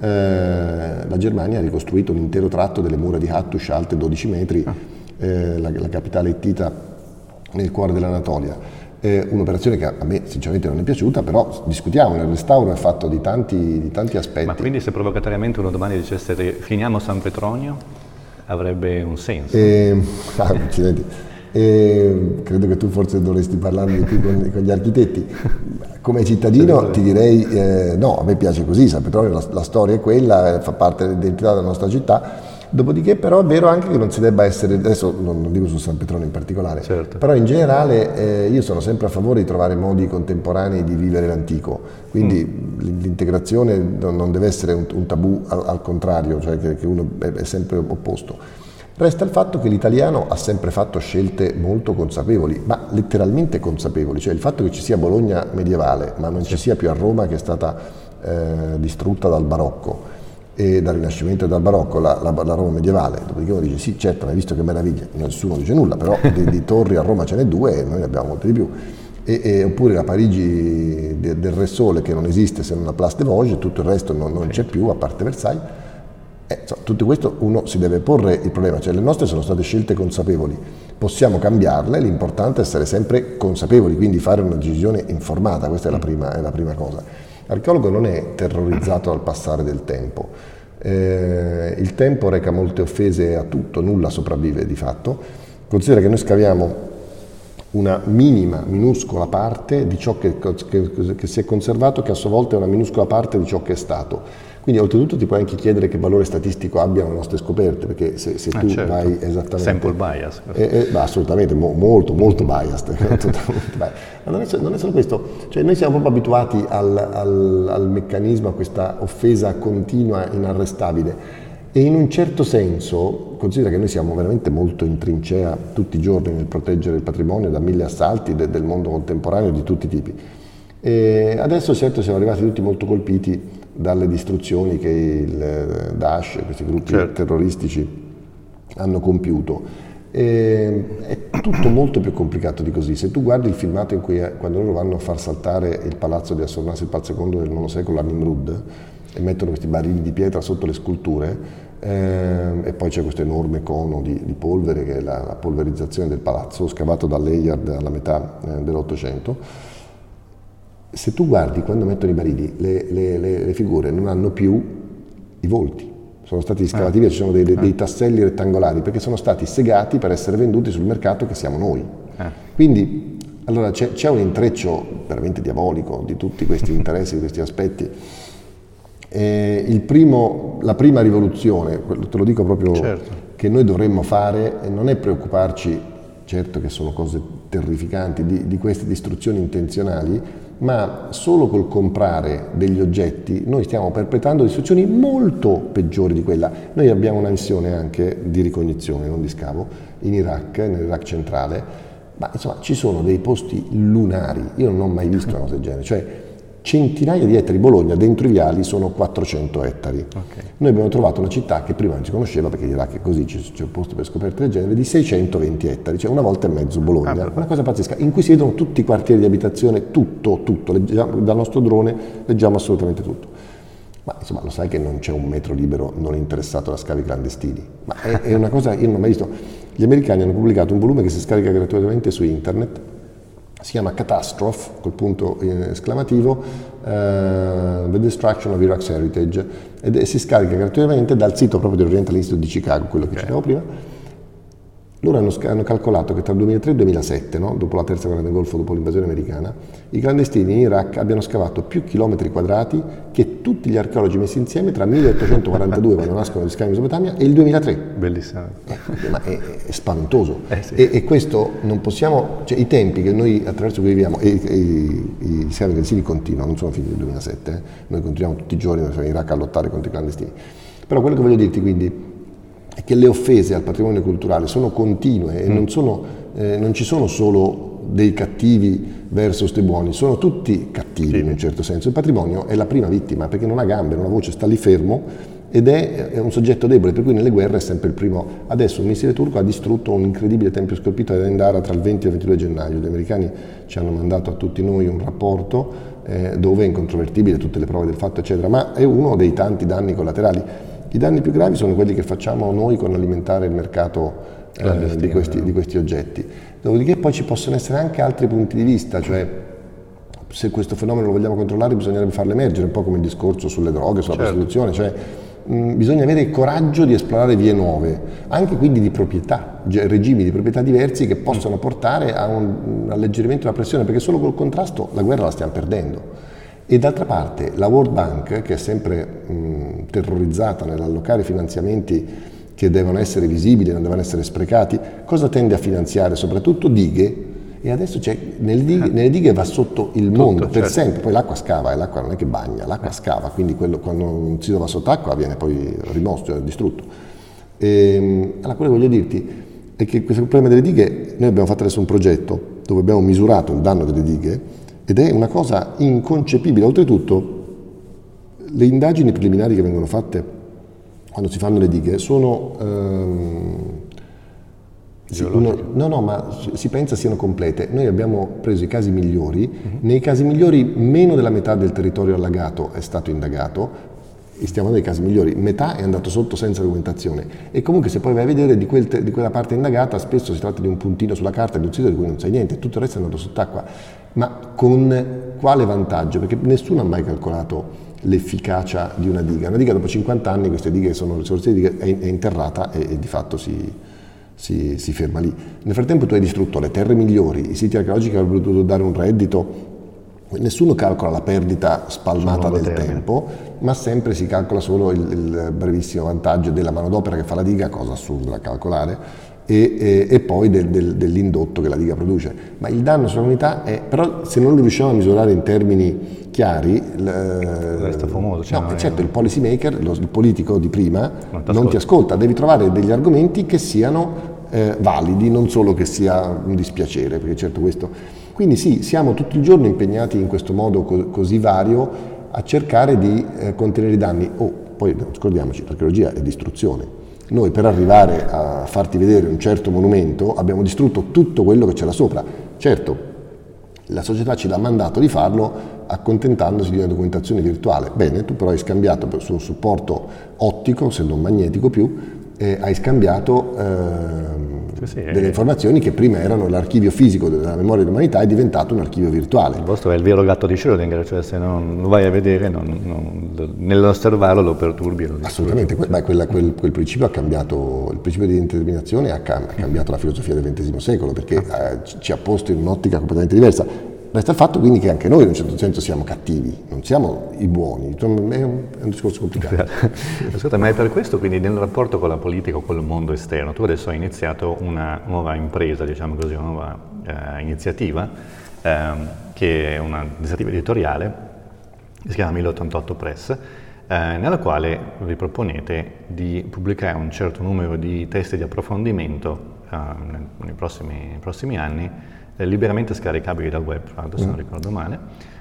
La Germania ha ricostruito un intero tratto delle mura di Hattuş alte 12 metri, la capitale hittita nel cuore dell'Anatolia. Un'operazione che a me sinceramente non è piaciuta, però discutiamo, il restauro è fatto di tanti aspetti. Ma quindi se provocatoriamente uno domani dicesse finiamo San Petronio, avrebbe un senso? Accidenti. Credo che tu forse dovresti parlarne di più con gli architetti. Come cittadino ti direi no, a me piace così, San Petronio la storia è quella, fa parte dell'identità della nostra città. Dopodiché però è vero anche che non si debba essere, adesso non dico su San Petronio in particolare, però in generale io sono sempre a favore di trovare modi contemporanei di vivere l'antico, quindi l'integrazione non deve essere un tabù, al contrario, cioè che uno è sempre opposto. Resta il fatto che l'italiano ha sempre fatto scelte molto consapevoli, ma letteralmente consapevoli, cioè il fatto che ci sia Bologna medievale, ma non ci sia più a Roma che è stata distrutta dal barocco, e dal Rinascimento e dal Barocco la Roma medievale, dopodiché uno dice sì, certo, ma hai visto che meraviglia, nessuno dice nulla, però di torri a Roma ce n'è due e noi ne abbiamo molte di più, oppure la Parigi del Re Sole, che non esiste se non la Place des Vosges, tutto il resto non c'è più a parte Versailles. Tutto questo uno si deve porre il problema, cioè le nostre sono state scelte consapevoli, possiamo cambiarle, l'importante è essere sempre consapevoli, quindi fare una decisione informata, questa è la prima cosa. L'archeologo non è terrorizzato dal passare del tempo, il tempo reca molte offese a tutto, nulla sopravvive di fatto. Considera che noi scaviamo una minima, minuscola parte di ciò che si è conservato, che a sua volta è una minuscola parte di ciò che è stato. Quindi oltretutto ti puoi anche chiedere che valore statistico abbiano le nostre scoperte, perché se tu certo. vai esattamente... Sample bias. Assolutamente, molto biased. Ma non è solo questo, cioè noi siamo proprio abituati al meccanismo, a questa offesa continua, inarrestabile. E in un certo senso, considera che noi siamo veramente molto in trincea tutti i giorni nel proteggere il patrimonio da 1000 assalti del mondo contemporaneo di tutti i tipi. E adesso certo siamo arrivati tutti molto colpiti dalle distruzioni che il Daesh, questi gruppi terroristici, hanno compiuto. È tutto molto più complicato di così. Se tu guardi il filmato in cui quando loro vanno a far saltare il palazzo di Assurnas-il-Pal II del IX secolo a Nimrud e mettono questi barili di pietra sotto le sculture, e poi c'è questo enorme cono di polvere che è la polverizzazione del palazzo scavato da Layard alla metà dell'Ottocento. Se tu guardi quando mettono i barili, le figure non hanno più i volti, sono stati scavati via, ci sono dei tasselli rettangolari perché sono stati segati per essere venduti sul mercato che siamo noi. Quindi allora c'è un intreccio veramente diabolico di tutti questi interessi, di questi aspetti. La prima rivoluzione, te lo dico proprio, che noi dovremmo fare non è preoccuparci, certo che sono cose terrificanti, di queste distruzioni intenzionali, ma solo col comprare degli oggetti noi stiamo perpetrando distruzioni molto peggiori di quella. Noi abbiamo una missione anche di ricognizione, non di scavo, in Iraq, nell'Iraq centrale, ma insomma ci sono dei posti lunari, io non ho mai visto una cosa del genere, cioè centinaia di ettari. Bologna, dentro i viali, sono 400 ettari. Noi abbiamo trovato una città che prima non si conosceva, perché l'Iraq è così, c'è un posto per scoperte del genere, di 620 ettari, cioè una volta e mezzo Bologna, una cosa pazzesca, in cui si vedono tutti i quartieri di abitazione, tutto, dal nostro drone leggiamo assolutamente tutto. Ma insomma, lo sai che non c'è un metro libero non interessato da scavi clandestini, ma è una cosa io non ho mai visto. Gli americani hanno pubblicato un volume che si scarica gratuitamente su internet, si chiama Catastrophe, col punto esclamativo, The Destruction of Iraq's Heritage, e si scarica gratuitamente dal sito proprio dell'Oriental Institute di Chicago, quello che citavo prima. Loro hanno calcolato che tra il 2003 e il 2007, no? Dopo la terza guerra del Golfo, dopo l'invasione americana, i clandestini in Iraq abbiano scavato più chilometri quadrati che tutti gli archeologi messi insieme tra 1842, quando nascono gli scavi in Mesopotamia, e il 2003. Bellissimo. Ma è spaventoso. Sì. E questo non possiamo, cioè i tempi che noi attraverso cui viviamo, e gli scavi clandestini continuano, non sono finiti nel 2007, noi continuiamo tutti i giorni in Iraq a lottare contro i clandestini. Però quello che voglio dirti quindi è che le offese al patrimonio culturale sono continue e non ci sono solo dei cattivi versus dei buoni, sono tutti cattivi in un certo senso. Il patrimonio è la prima vittima perché non ha gambe, non ha voce, sta lì fermo ed è un soggetto debole, per cui nelle guerre è sempre il primo. Adesso un missile turco ha distrutto un incredibile tempio scolpito ad Endara tra il 20 e il 22 gennaio. Gli americani ci hanno mandato a tutti noi un rapporto dove è incontrovertibile tutte le prove del fatto, eccetera, ma è uno dei tanti danni collaterali. I danni più gravi sono quelli che facciamo noi con alimentare il mercato di questi oggetti. Dopodiché poi ci possono essere anche altri punti di vista, cioè se questo fenomeno lo vogliamo controllare bisognerebbe farlo emergere, un po' come il discorso sulle droghe, sulla prostituzione, cioè bisogna avere il coraggio di esplorare vie nuove, anche quindi di proprietà, regimi di proprietà diversi che possono portare a un alleggerimento della pressione, perché solo col contrasto la guerra la stiamo perdendo. E d'altra parte la World Bank, che è sempre terrorizzata nell'allocare finanziamenti che devono essere visibili, non devono essere sprecati, cosa tende a finanziare? Soprattutto dighe, e adesso nelle dighe va sotto il mondo per sempre, poi l'acqua scava e l'acqua non è che bagna, l'acqua scava, quindi quando un sito va sott'acqua viene poi rimosso, distrutto. Allora quello che voglio dirti è che questo problema delle dighe, noi abbiamo fatto adesso un progetto dove abbiamo misurato il danno delle dighe, ed è una cosa inconcepibile. Oltretutto, le indagini preliminari che vengono fatte quando si fanno le dighe sono... ma si pensa siano complete. Noi abbiamo preso i casi migliori, nei casi migliori meno della metà del territorio allagato è stato indagato, e stiamo dando i casi migliori, metà è andato sotto senza documentazione, e comunque se poi vai a vedere di quella parte indagata spesso si tratta di un puntino sulla carta di un sito di cui non sai niente, tutto il resto è andato sott'acqua. Ma con quale vantaggio? Perché nessuno ha mai calcolato l'efficacia di una diga. Una diga dopo 50 anni, queste dighe sono le sorse di dighe, è interrata e di fatto si si ferma lì. Nel frattempo tu hai distrutto le terre migliori, i siti archeologici che avrebbero potuto dare un reddito. Nessuno calcola la perdita spalmata del tempo, ma sempre si calcola solo il brevissimo vantaggio della manodopera che fa la diga, cosa assurda da calcolare, e poi dell'indotto che la diga produce. Ma il danno sulla comunità è, però se non lo riusciamo a misurare in termini chiari, resta famoso. Cioè no, certo, il policy maker, il politico di prima, non ti ascolta, devi trovare degli argomenti che siano validi, non solo che sia un dispiacere, perché certo questo... Quindi sì, siamo tutto il giorno impegnati in questo modo così vario a cercare di contenere i danni. Poi non scordiamoci, l'archeologia è distruzione. Noi per arrivare a farti vedere un certo monumento abbiamo distrutto tutto quello che c'era sopra. Certo, la società ci dà mandato di farlo accontentandosi di una documentazione virtuale. Bene, tu però hai scambiato su un supporto ottico, se non magnetico più, hai scambiato delle informazioni che prima erano l'archivio fisico della memoria dell'umanità, è diventato un archivio virtuale. Il vostro è il vero gatto di Schrödinger, cioè se non lo vai a vedere, nell'osservarlo lo perturbi. Assolutamente, quel principio ha cambiato, il principio di indeterminazione ha cambiato la filosofia del XX secolo, perché ci ha posto in un'ottica completamente diversa. Resta il fatto quindi che anche noi in un certo senso siamo cattivi, non siamo i buoni, è un discorso complicato. Ascolta, ma è per questo quindi nel rapporto con la politica o con il mondo esterno, tu adesso hai iniziato una nuova impresa, diciamo così, una nuova iniziativa, che è un'iniziativa editoriale, che si chiama 1088 Press, nella quale vi proponete di pubblicare un certo numero di testi di approfondimento nei prossimi anni, liberamente scaricabili dal web, se non ricordo male,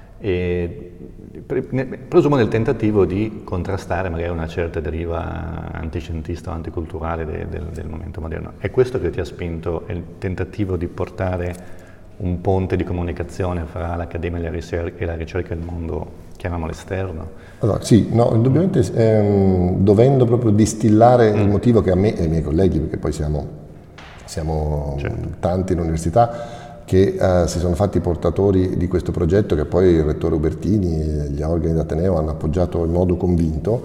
e presumo nel tentativo di contrastare magari una certa deriva antiscientista o anticulturale del momento moderno. È questo che ti ha spinto, è il tentativo di portare un ponte di comunicazione fra l'accademia e la ricerca del mondo, chiamiamolo esterno? Allora, sì, no, indubbiamente dovendo proprio distillare il motivo che a me e ai miei colleghi, perché poi siamo certo, tanti in università, che si sono fatti portatori di questo progetto, che poi il rettore Ubertini e gli organi d'Ateneo hanno appoggiato in modo convinto,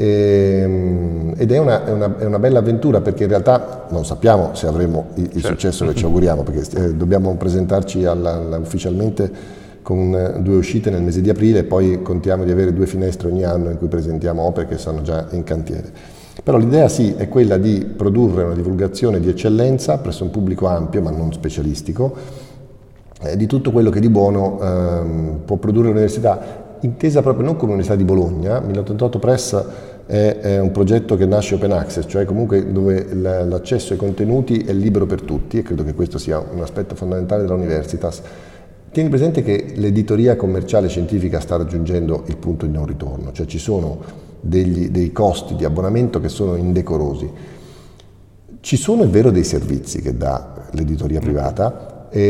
ed è una bella avventura, perché in realtà non sappiamo se avremo il successo che ci auguriamo, perché dobbiamo presentarci ufficialmente con 2 uscite nel mese di aprile, e poi contiamo di avere 2 finestre ogni anno in cui presentiamo opere che sono già in cantiere. Però l'idea sì è quella di produrre una divulgazione di eccellenza presso un pubblico ampio, ma non specialistico, di tutto quello che di buono può produrre l'università, intesa proprio non come l'Università di Bologna. 1088 Press è un progetto che nasce open access, cioè comunque dove l'accesso ai contenuti è libero per tutti, e credo che questo sia un aspetto fondamentale della Universitas. Tieni presente che l'editoria commerciale scientifica sta raggiungendo il punto di non ritorno, cioè ci sono dei costi di abbonamento che sono indecorosi. Ci sono, è vero, dei servizi che dà l'editoria privata.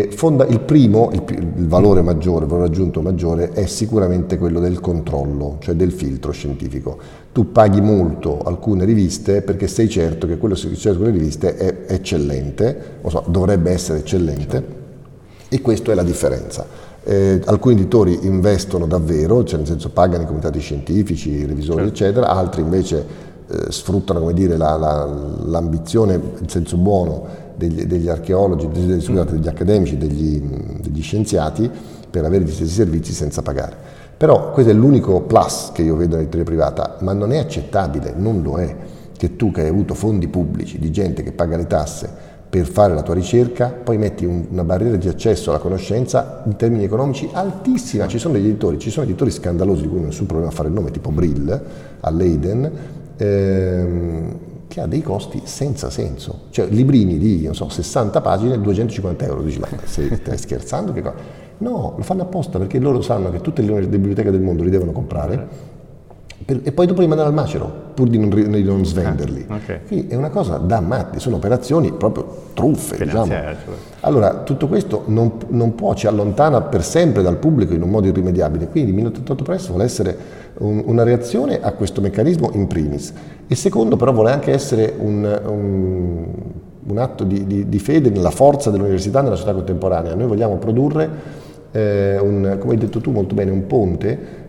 Il valore maggiore, il valore aggiunto maggiore è sicuramente quello del controllo, cioè del filtro scientifico. Tu paghi molto alcune riviste perché sei certo che quello che succede con le riviste è eccellente, dovrebbe essere eccellente, e questa è la differenza. Alcuni editori investono davvero, cioè nel senso pagano i comitati scientifici, i revisori, eccetera, altri invece sfruttano, come dire, l'ambizione, in senso buono, degli archeologi, degli accademici, degli scienziati, per avere gli stessi servizi senza pagare. Però questo è l'unico plus che io vedo nell'editoria privata, ma non è accettabile, non lo è, che tu, che hai avuto fondi pubblici di gente che paga le tasse per fare la tua ricerca, poi metti una barriera di accesso alla conoscenza in termini economici altissima. Ci sono editori scandalosi di cui non ho nessun problema a fare il nome, tipo Brill a Leiden, che ha dei costi senza senso, cioè librini di 60 pagine, 250 euro. Dici, ma stai scherzando? Che cosa? No, lo fanno apposta perché loro sanno che tutte le biblioteche del mondo li devono comprare, e poi dopo li mandano al macero pur di non svenderli. Quindi è una cosa da matti, sono operazioni proprio truffe, diciamo. Allora tutto questo non può, ci allontana per sempre dal pubblico in un modo irrimediabile. Quindi 1088 Press vuole essere una reazione a questo meccanismo in primis, e secondo però vuole anche essere un atto di fede nella forza dell'università nella società contemporanea. Noi vogliamo produrre come hai detto tu molto bene, un ponte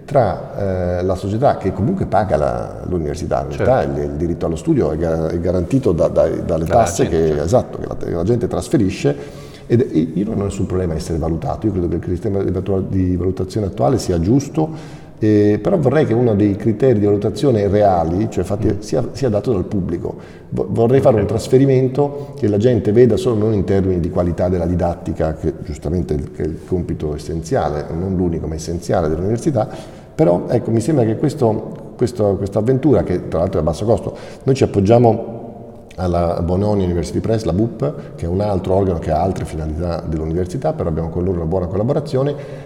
tra la società che comunque paga l'università, certo. Il diritto allo studio è garantito dalle tasse che la gente trasferisce, ed io non ho nessun problema a essere valutato. Io credo che il sistema di valutazione attuale sia giusto, però vorrei che uno dei criteri di valutazione reali, cioè fatti, sia dato dal pubblico. Vorrei fare un trasferimento che la gente veda solo non in termini di qualità della didattica, che giustamente è il compito essenziale, non l'unico ma essenziale dell'università, però ecco, mi sembra che questa avventura, che tra l'altro è a basso costo, noi ci appoggiamo alla Bononia University Press, la BUP, che è un altro organo che ha altre finalità dell'università, però abbiamo con loro una buona collaborazione.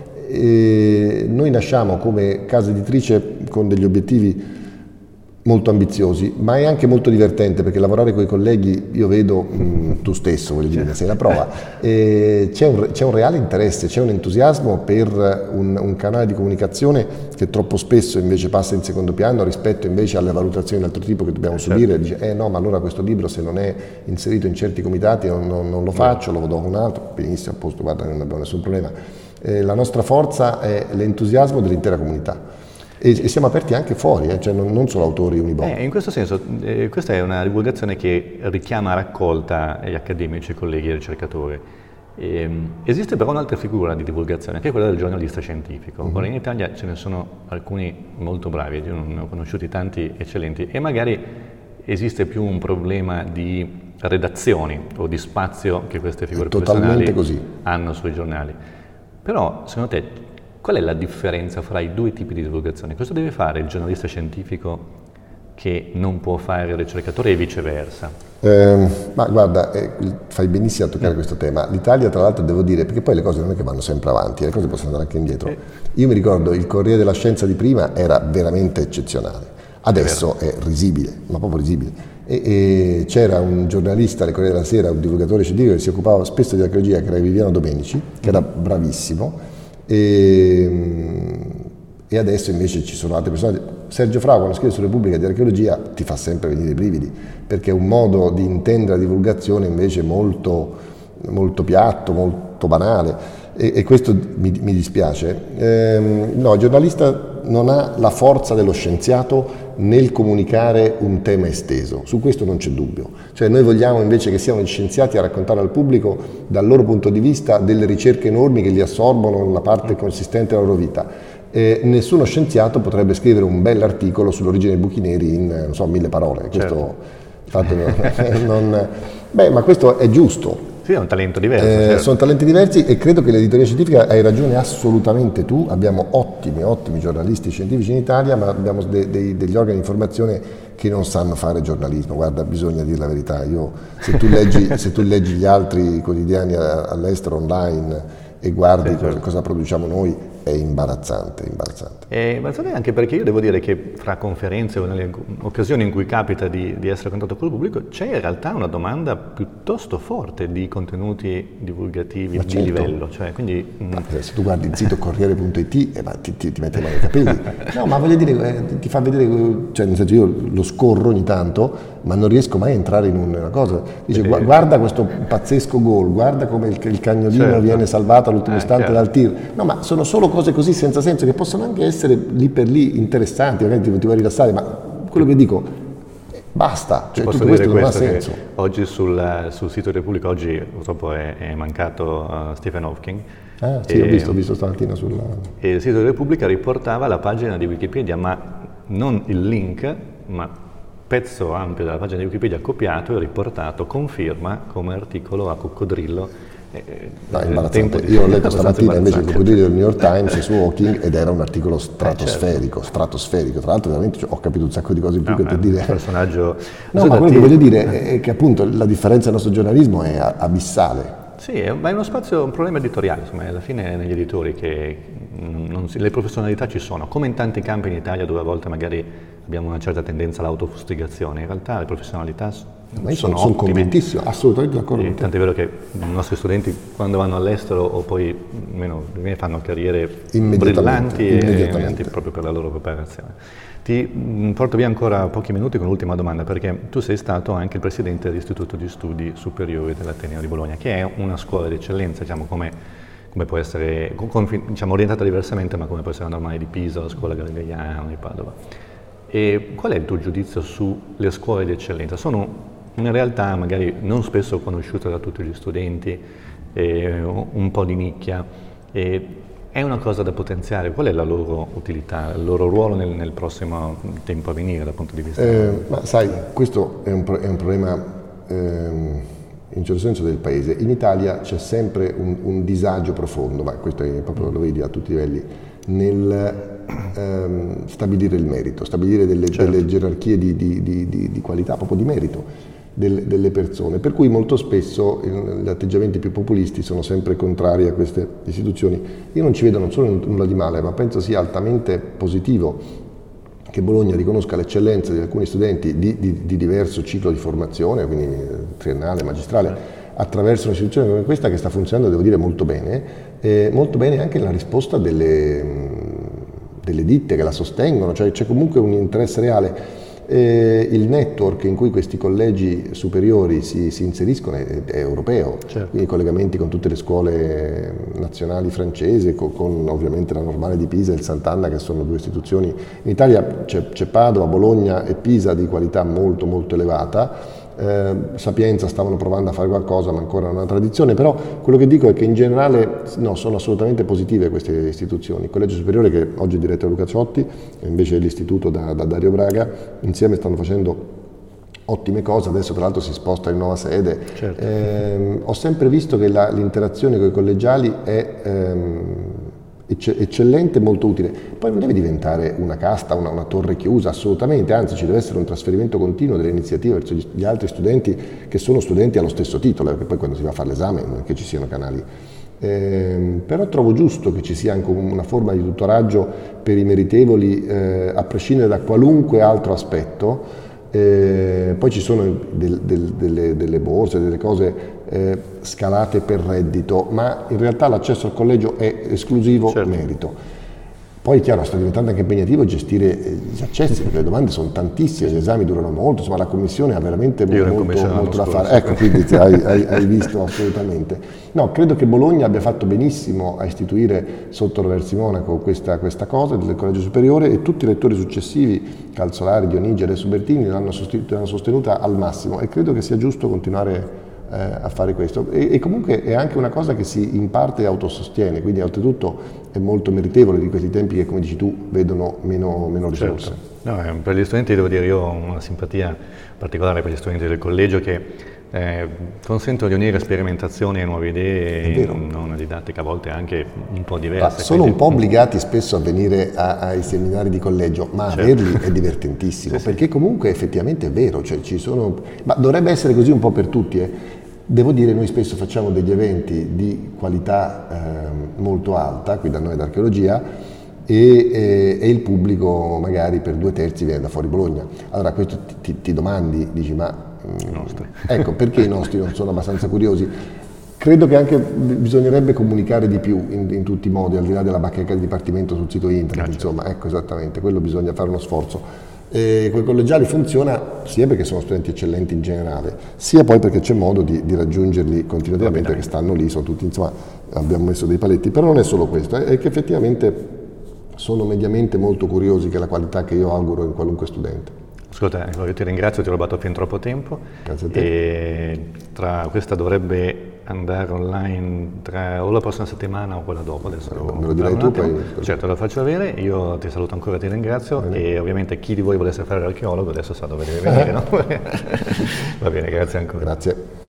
E noi nasciamo come casa editrice con degli obiettivi molto ambiziosi, ma è anche molto divertente, perché lavorare con i colleghi, io vedo, tu stesso voglio dire, sei la prova, c'è un reale interesse, c'è un entusiasmo per un canale di comunicazione che troppo spesso invece passa in secondo piano rispetto invece alle valutazioni di altro tipo che dobbiamo subire. Dice, no, ma allora questo libro se non è inserito in certi comitati non lo faccio, lo do a un altro, benissimo, a posto, guarda, non abbiamo nessun problema. La nostra forza è l'entusiasmo dell'intera comunità e siamo aperti anche fuori, cioè non solo autori univoci. In questo senso, questa è una divulgazione che richiama a raccolta gli accademici, i colleghi e i ricercatori. Esiste però un'altra figura di divulgazione, che è quella del giornalista scientifico. Ora in Italia ce ne sono alcuni molto bravi, io ne ho conosciuti tanti eccellenti, e magari esiste più un problema di redazioni o di spazio che queste figure professionali hanno sui giornali. Però, secondo te, qual è la differenza fra i due tipi di divulgazione? Cosa deve fare il giornalista scientifico che non può fare il ricercatore e viceversa? Ma guarda, fai benissimo a toccare questo tema. L'Italia, tra l'altro, devo dire, perché poi le cose non è che vanno sempre avanti, le cose possono andare anche indietro. Io mi ricordo il Corriere della Scienza di prima era veramente eccezionale, adesso è risibile, ma proprio risibile. E c'era un giornalista del Corriere della Sera, un divulgatore scientifico che si occupava spesso di archeologia, che era Viviano Domenici, che era bravissimo, e adesso invece ci sono altre persone. Sergio Frau, quando scrive su Repubblica di archeologia, ti fa sempre venire i brividi, perché è un modo di intendere la divulgazione invece molto, molto piatto, molto banale, e questo mi dispiace. No, il giornalista non ha la forza dello scienziato nel comunicare un tema esteso, su questo non c'è dubbio. Cioè noi vogliamo invece che siano gli scienziati a raccontare al pubblico dal loro punto di vista delle ricerche enormi che li assorbono una parte consistente della loro vita. Nessuno scienziato potrebbe scrivere un bell'articolo sull'origine dei buchi neri in, non so, 1000 parole. Questo, ma questo è giusto. Sì, è un talento diverso. Certo. Sono talenti diversi e credo che l'editoria scientifica, hai ragione assolutamente tu, abbiamo ottimi giornalisti scientifici in Italia, ma abbiamo degli organi di informazione che non sanno fare giornalismo. Guarda, bisogna dire la verità, se tu leggi gli altri quotidiani all'estero online e guardi cosa produciamo noi, è imbarazzante. È imbarazzante anche perché io devo dire che fra conferenze o nelle occasioni in cui capita di essere a contatto con il pubblico c'è in realtà una domanda piuttosto forte di contenuti divulgativi di livello. Cioè, quindi, se tu guardi il sito Corriere.it ti metti male ai capelli. No, ma voglio dire, ti fa vedere, cioè nel senso, io lo scorro ogni tanto, ma non riesco mai a entrare in una cosa. Dice, guarda questo pazzesco gol, guarda come il cagnolino viene salvato all'ultimo istante dal tir. No, ma sono solo cose così senza senso, che possono anche essere lì per lì interessanti, magari ti vuoi rilassare, ma quello che dico, basta, cioè tutto questo non ha senso. Oggi sul sito di Repubblica, oggi purtroppo è mancato Stephen Hawking. Sì, ho visto stamattina sulla... E il sito di Repubblica riportava la pagina di Wikipedia, ma non il link, ma pezzo ampio della pagina di Wikipedia copiato e riportato con firma come articolo a coccodrillo. No, imbarazzante. Io ho letto stamattina invece il coccodrillo del New York Times su Hawking ed era un articolo stratosferico. Tra l'altro veramente ho capito un sacco di cose in più che per dire. Personaggio. No, ma quello che voglio dire è che appunto la differenza del nostro giornalismo è abissale. Sì, ma è uno spazio, un problema editoriale, insomma, alla fine negli editori che le professionalità ci sono, come in tanti campi in Italia dove a volte magari abbiamo una certa tendenza all'autofustigazione, in realtà le professionalità sono convintissimo, assolutamente d'accordo. Tant'è vero che i nostri studenti quando vanno all'estero o poi fanno carriere brillanti e proprio per la loro preparazione. Ti porto via ancora pochi minuti con l'ultima domanda, perché tu sei stato anche il presidente dell'Istituto di Studi Superiori dell'Ateneo di Bologna, che è una scuola di eccellenza, diciamo, come come può essere, diciamo, orientata diversamente, ma come può essere la Normale di Pisa, la Scuola Galileiana di Padova. E qual è il tuo giudizio sulle scuole di eccellenza? Sono in realtà magari non spesso conosciute da tutti gli studenti, un po' di nicchia, è una cosa da potenziare. Qual è la loro utilità, il loro ruolo nel prossimo tempo a venire dal punto di vista? Ma sai, questo è un problema in certo senso del Paese. In Italia c'è sempre un disagio profondo, ma questo è proprio, lo vedi a tutti i livelli, nel stabilire il merito, stabilire delle gerarchie di qualità, proprio di merito delle persone, per cui molto spesso gli atteggiamenti più populisti sono sempre contrari a queste istituzioni. Io non ci vedo non solo nulla di male, ma penso sia altamente positivo che Bologna riconosca l'eccellenza di alcuni studenti di diverso ciclo di formazione, quindi triennale, magistrale, attraverso un'istituzione come questa che sta funzionando, devo dire, molto bene anche nella risposta delle ditte che la sostengono, cioè c'è comunque un interesse reale. Il network in cui questi collegi superiori si inseriscono è europeo, quindi collegamenti con tutte le scuole nazionali francesi, con ovviamente la Normale di Pisa e il Sant'Anna, che sono due istituzioni. In Italia c'è Padova, Bologna e Pisa di qualità molto molto elevata. Sapienza stavano provando a fare qualcosa, ma ancora è una tradizione, però quello che dico è che in generale sono assolutamente positive queste istituzioni. Il Collegio Superiore, che oggi è diretto da Luca Ciotti, e invece l'Istituto da Dario Braga, insieme stanno facendo ottime cose. Adesso tra l'altro si sposta in nuova sede. Ho sempre visto che l'interazione con i collegiali è eccellente e molto utile. Poi non deve diventare una casta, una torre chiusa, assolutamente, anzi ci deve essere un trasferimento continuo delle iniziative verso gli altri studenti che sono studenti allo stesso titolo, perché poi quando si va a fare l'esame non è che ci siano canali. Però trovo giusto che ci sia anche una forma di tutoraggio per i meritevoli, a prescindere da qualunque altro aspetto. Poi ci sono delle borse, delle cose scalate per reddito, ma in realtà l'accesso al collegio è esclusivo merito. Poi è chiaro, sta diventando anche impegnativo gestire gli accessi, perché le domande sono tantissime, gli esami durano molto, insomma la commissione ha veramente molto da fare. Ecco, quindi hai visto assolutamente. No, credo che Bologna abbia fatto benissimo a istituire sotto Roversi Monaco questa cosa del Collegio Superiore, e tutti i rettori successivi, Calzolari, Dionigi e adesso Bertini, l'hanno sostenuta al massimo, e credo che sia giusto continuare a fare questo, e comunque è anche una cosa che si in parte autosostiene, quindi oltretutto è molto meritevole di questi tempi che, come dici tu, vedono meno risorse. No, per gli studenti devo dire, io ho una simpatia particolare per gli studenti del collegio che consentono di unire sperimentazioni e nuove idee in una didattica a volte anche un po' diversa. Sono un po' obbligati spesso a venire ai seminari di collegio, ma averli è divertentissimo, perché comunque effettivamente è vero, cioè ma dovrebbe essere così un po' per tutti. Devo dire, noi spesso facciamo degli eventi di qualità molto alta, qui da noi ad Archeologia, e il pubblico magari per 2/3 viene da fuori Bologna. Allora questo ti domandi, dici, ma ecco, perché i nostri non sono abbastanza curiosi? Credo che anche bisognerebbe comunicare di più in tutti i modi, al di là della bacheca del dipartimento sul sito internet, insomma, ecco, esattamente, quello bisogna fare uno sforzo. Con i collegiali funziona sia perché sono studenti eccellenti in generale, sia poi perché c'è modo di raggiungerli continuamente, perché stanno lì, sono tutti, insomma, abbiamo messo dei paletti, però non è solo questo, è che effettivamente sono mediamente molto curiosi, che è la qualità che io auguro in qualunque studente. Ascolta, io ti ringrazio, ti ho rubato fin troppo tempo. Grazie a te. E questa dovrebbe andare online o la prossima settimana o quella dopo. Adesso me lo direi tu, poi. Certo, lo faccio avere. Io ti saluto ancora, ti ringrazio. Bene. E ovviamente chi di voi volesse fare l'archeologo adesso sa dove deve venire, no? Va bene, grazie ancora. Grazie.